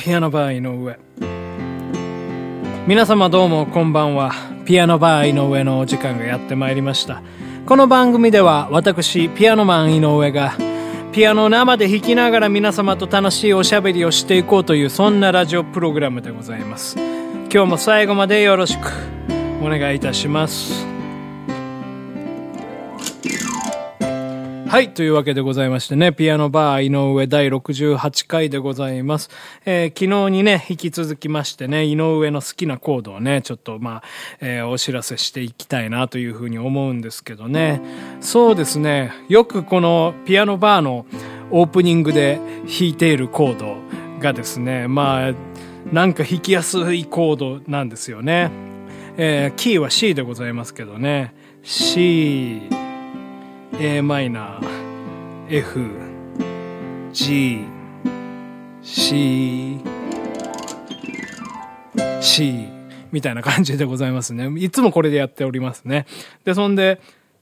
ピアノバー井上。皆様どうもこんばんは。ピアノバー井上のお時間がやってまいりました。この番組では私ピアノマン井上がピアノを生で弾きながら皆様と楽しいおしゃべりをしていこうという、そんなラジオプログラムでございます。今日も最後までよろしくお願いいたします。はい、というわけでございましてね、ピアノバー井上第68回でございます。昨日にね、引き続きましてね、井上の好きなコードをね、ちょっとお知らせしていきたいなというふうに思うんですけどね。そうですね、よくこのピアノバーのオープニングで弾いているコードがですね、なんか弾きやすいコードなんですよね。キーは C でございますけどね。C、A マイナー、F、G、C、C みたいな感じでございますね。いつもこれでやっておりますね。で、そんで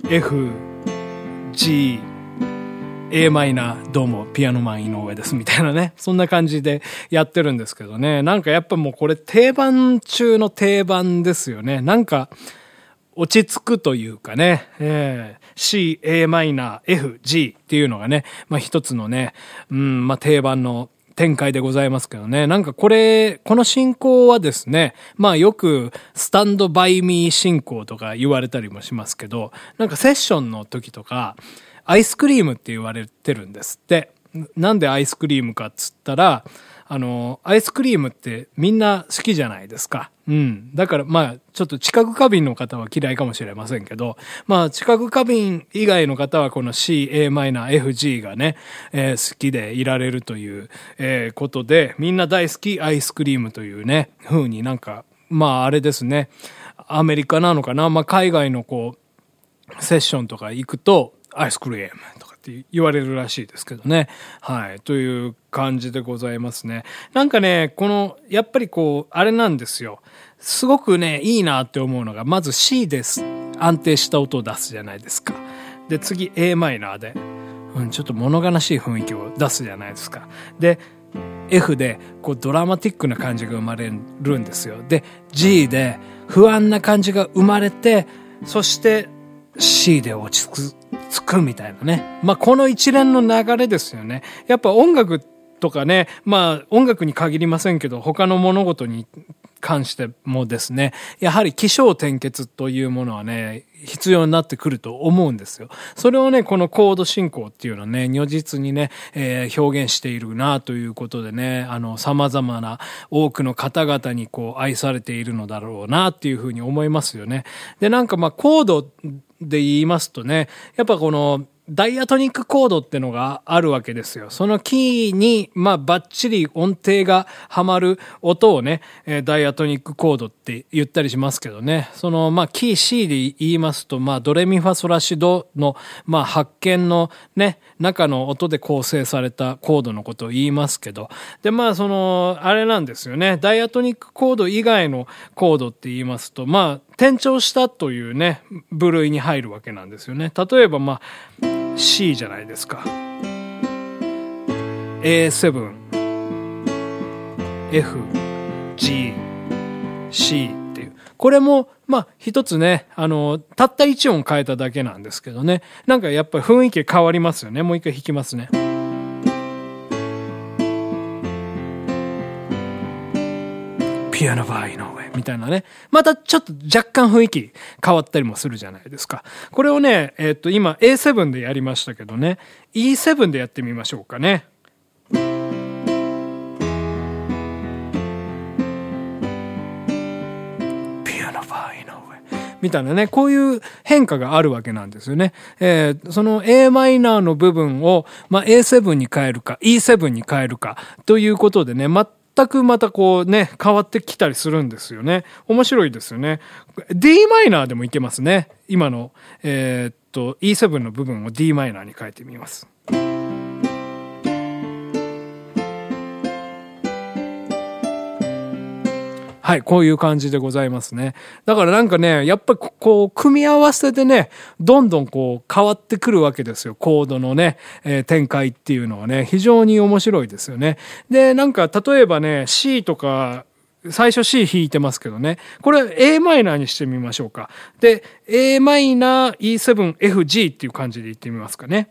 F、G、A マイナー、どうもピアノマン井上ですみたいなね、そんな感じでやってるんですけどね。なんかやっぱもうこれ定番中の定番ですよね。なんか落ち着くというかね、C、A マイナー、F、G っていうのがね、一つのね、定番の展開でございますけどね。なんかこの進行はですね、よくスタンドバイミー進行とか言われたりもしますけど、なんかセッションの時とか、アイスクリームって言われてるんですって。なんでアイスクリームかっつったら、アイスクリームってみんな好きじゃないですか。だからちょっと知覚過敏の方は嫌いかもしれませんけど、知覚過敏以外の方はこの C、A マイナー、F、G がね、好きでいられるという、ことで、みんな大好きアイスクリームというね、風になんか、あれですね、アメリカなのかな、海外のセッションとか行くと、アイスクリームとかって言われるらしいですけどね。はい。という感じでございますね。なんかね、やっぱりあれなんですよ。すごくね、いいなって思うのが、まず C です。安定した音を出すじゃないですか。で、次 A マイナーで、ちょっと物悲しい雰囲気を出すじゃないですか。で、F で、ドラマティックな感じが生まれるんですよ。で、G で、不安な感じが生まれて、そして、C で落ち着くみたいなね。この一連の流れですよね。やっぱ音楽とかね、音楽に限りませんけど、他の物事に関してもですね、やはり起承転結というものはね、必要になってくると思うんですよ。それをね、このコード進行っていうのはね、如実にね、表現しているなということでね、様々な多くの方々に愛されているのだろうなっていうふうに思いますよね。で、なんかコードで言いますとね、やっぱダイアトニックコードってのがあるわけですよ。そのキーに、バッチリ音程がはまる音をね、ダイアトニックコードって言ったりしますけどね。キー C で言いますと、ドレミファソラシドの、発見のね、中の音で構成されたコードのことを言いますけど。で、あれなんですよね。ダイアトニックコード以外のコードって言いますと、転調したというね、部類に入るわけなんですよね。例えばC じゃないですか。A7、F、G、C っていう。これも、一つね、たった1音変えただけなんですけどね。なんかやっぱり雰囲気変わりますよね。もう一回弾きますね。ピアノバー井上みたいなね。またちょっと若干雰囲気変わったりもするじゃないですか。これをね、今 A7 でやりましたけどね、E7 でやってみましょうかね。ピアノバー井上みたいなね、こういう変化があるわけなんですよね。その A マイナーの部分を、A7 に変えるか E7 に変えるかということでね、全くまた変わってきたりするんですよね。面白いですよね。D マイナーでもいけますね。今の、E7 の部分を D マイナーに変えてみます。 はい、こういう感じでございますね。だからなんかね、やっぱりこう、組み合わせでね、どんどんこう、変わってくるわけですよ。コードのね、展開っていうのはね、非常に面白いですよね。で、なんか、例えばね、C とか、最初 C 弾いてますけどね。これ a マイナーにしてみましょうか。で、a マイナー E7 FG っていう感じで言ってみますかね。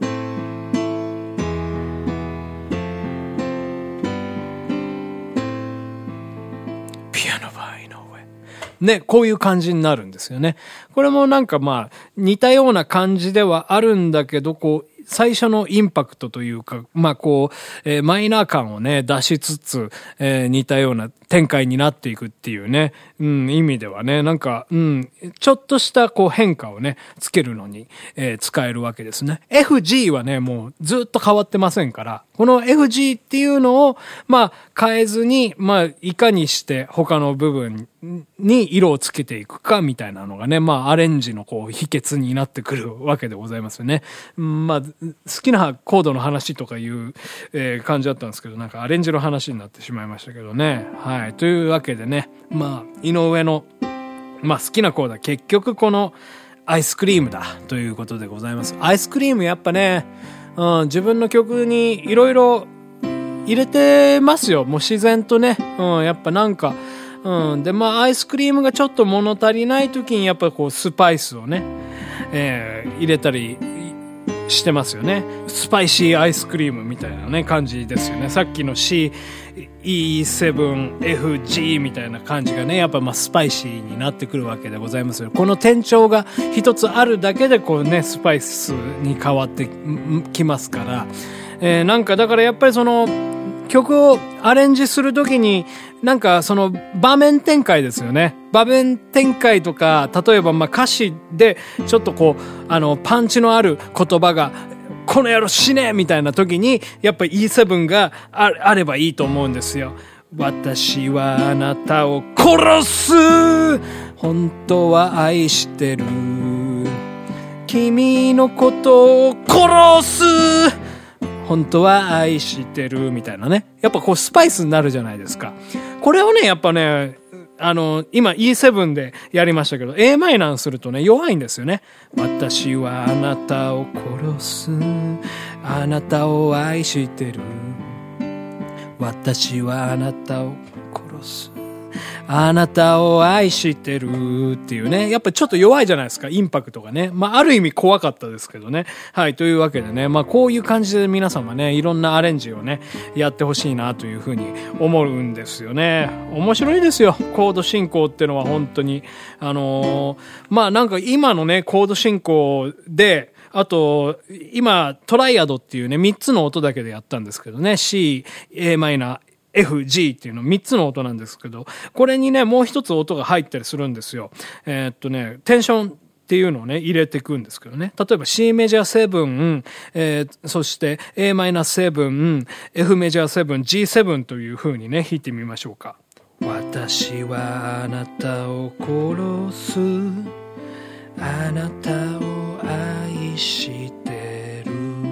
ピアノバー井上。ね、こういう感じになるんですよね。これもなんかまあ似たような感じではあるんだけど、こう、最初のインパクトというか、まあこう、マイナー感をね、出しつつ、似たような展開になっていくっていうね、意味ではね、なんか、ちょっとしたこう変化をね、つけるのに、使えるわけですね。FG はね、もうずっと変わってませんから、この FG っていうのを、まあ変えずに、まあいかにして他の部分に色をつけていくかみたいなのがね、まあアレンジのこう秘訣になってくるわけでございますよね。まあ好きなコードの話とかいう、感じだったんですけど、なんかアレンジの話になってしまいましたけどね。はい。というわけでね、まあ井上の、まあ好きなコードは結局このアイスクリームだということでございます。アイスクリームやっぱね、自分の曲にいろいろ入れてますよ。もう自然とね。やっぱなんか、で、まあ、アイスクリームがちょっと物足りない時にやっぱこうスパイスをね、入れたりしてますよね。スパイシーアイスクリームみたいなね、感じですよね。さっきの C、E7、FG みたいな感じがね、やっぱまあスパイシーになってくるわけでございますよ。この転調が一つあるだけでこうね、スパイスに変わってきますから、なんかだからやっぱりその、曲をアレンジするときに、なんかその場面展開ですよね。場面展開とか、例えばまあ歌詞でちょっとこう、パンチのある言葉が、この野郎死ねみたいな時に、やっぱり E7 があればいいと思うんですよ。私はあなたを殺す！本当は愛してる。君のことを殺す！本当は愛してるみたいなね。やっぱこうスパイスになるじゃないですか。これをね、やっぱね、今 E7 でやりましたけど、a マイナーにするとね、弱いんですよね。私はあなたを殺す。あなたを愛してる。私はあなたを殺す。あなたを愛してるっていうね。やっぱりちょっと弱いじゃないですか、インパクトがね。まあ、ある意味怖かったですけどね。はい、というわけでね。まあ、こういう感じで皆様ね、いろんなアレンジをね、やってほしいなというふうに思うんですよね。面白いですよ。コード進行ってのは本当に。まあ、なんか今のね、コード進行で、あと、今、トライアドっていうね、3つの音だけでやったんですけどね。C、A マイナー、F、G っていうの3つの音なんですけど、これにね、もう一つ音が入ったりするんですよ。テンションっていうのをね、入れていくんですけどね。例えば C メジャー7、そして A マイナー7、F メジャー7、G7 という風にね、弾いてみましょうか。私はあなたを殺す。あなたを愛してる。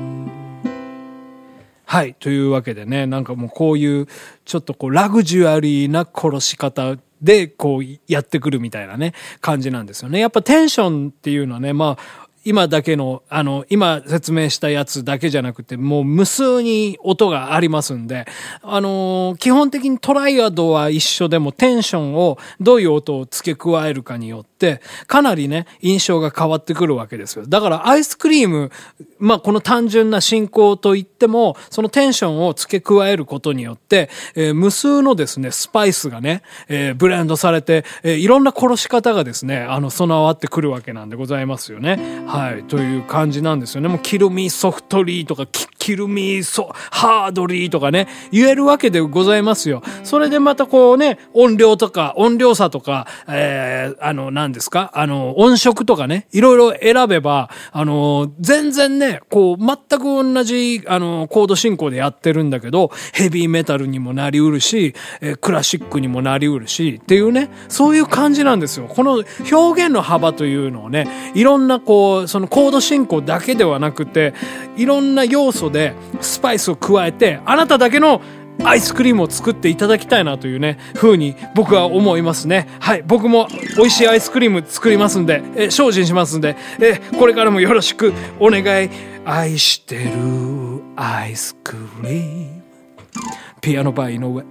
はい。というわけでね、なんかもうこういう、ちょっとこう、ラグジュアリーな殺し方で、こう、やってくるみたいなね、感じなんですよね。やっぱテンションっていうのはね、まあ、今だけの、今説明したやつだけじゃなくて、もう無数に音がありますんで、基本的にトライアドは一緒でもテンションをどういう音を付け加えるかによって、かなりね、印象が変わってくるわけですよ。だからアイスクリーム、まあこの単純な進行といっても、そのテンションを付け加えることによって、無数のですね、スパイスがね、ブレンドされて、いろんな殺し方がですね、備わってくるわけなんでございますよね。はい。という感じなんですよね。もう、キルミーソフトリーとか、キルミーハードリーとかね、言えるわけでございますよ。それでまたこうね、音量差とか、何ですか音色とかね、いろいろ選べば、全然ね、こう、全く同じ、コード進行でやってるんだけど、ヘビーメタルにもなりうるし、クラシックにもなりうるし、っていうね、そういう感じなんですよ。この表現の幅というのをね、いろんなこう、そのコード進行だけではなくて、いろんな要素でスパイスを加えて、あなただけのアイスクリームを作っていただきたいなというね、風に僕は思いますね。はい。僕も美味しいアイスクリーム作りますんで、精進しますんで、これからもよろしくお願い。愛してるアイスクリーム。ピアノバー井上。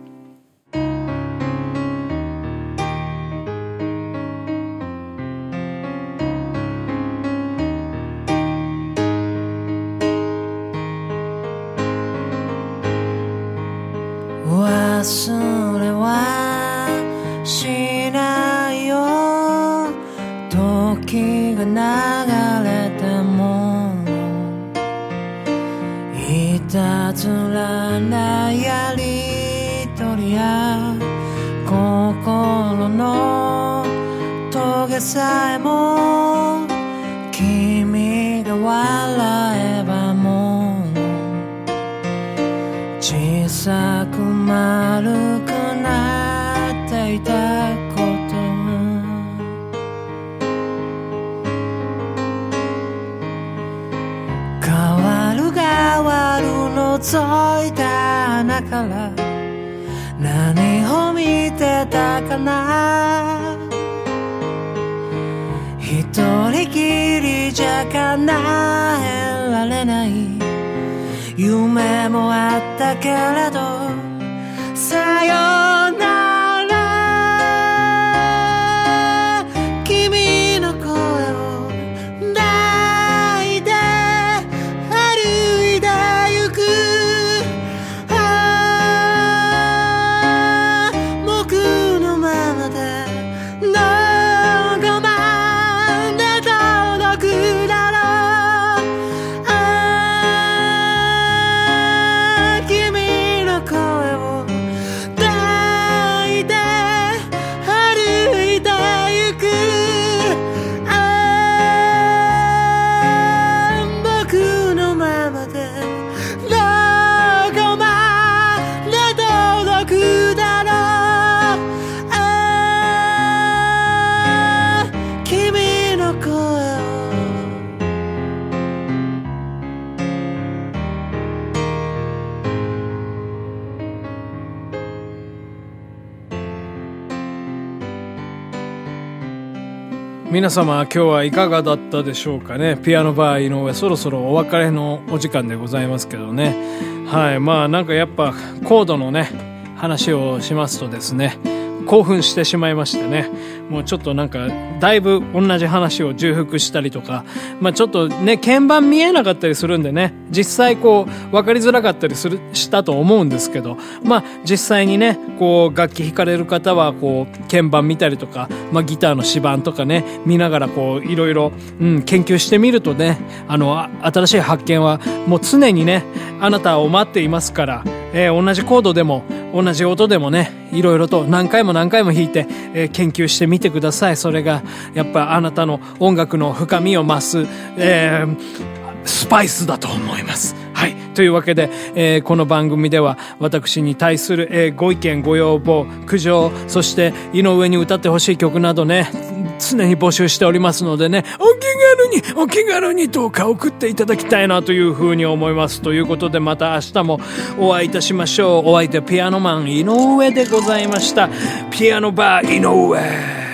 忘れはしないよ、時が流れてもいたずらなやりとりや心の棘さえも君が笑えばもう小さく丸くなっていたこと変わる覗いた穴から何を見てたかな、一人きりじゃ叶えられない夢もあったけれど、さよなら君の声を抱いて歩いてゆく、僕のままでどこまで届くだろう、君の声を抱いて歩いてゆく、僕のままでどこまで届くだろう、君の声を皆様今日はいかがだったでしょうかね。ピアノバー井上、そろそろお別れのお時間でございますけどね。はい。まあなんかやっぱコードのね話をしますとですね、興奮してしまいましてね、もうちょっとなんかだいぶ同じ話を重複したりとか、まあちょっとね鍵盤見えなかったりするんでね、実際こう分かりづらかったりしたと思うんですけど、まあ実際にねこう楽器弾かれる方はこう鍵盤見たりとか、まあギターの指板とかね見ながらこういろいろ研究してみるとね、新しい発見はもう常にねあなたを待っていますから、同じコードでも同じ音でもねいろいろと何回も弾いて、研究してみてください。それがやっぱあなたの音楽の深みを増す、スパイスだと思います。はい。というわけで、この番組では私に対する、ご意見ご要望苦情、そして井上に歌ってほしい曲などね常に募集しておりますのでね、お気軽にどうか送っていただきたいなというふうに思います。ということでまた明日もお会いいたしましょう。お相手ピアノマン井上でございました。ピアノバー井上。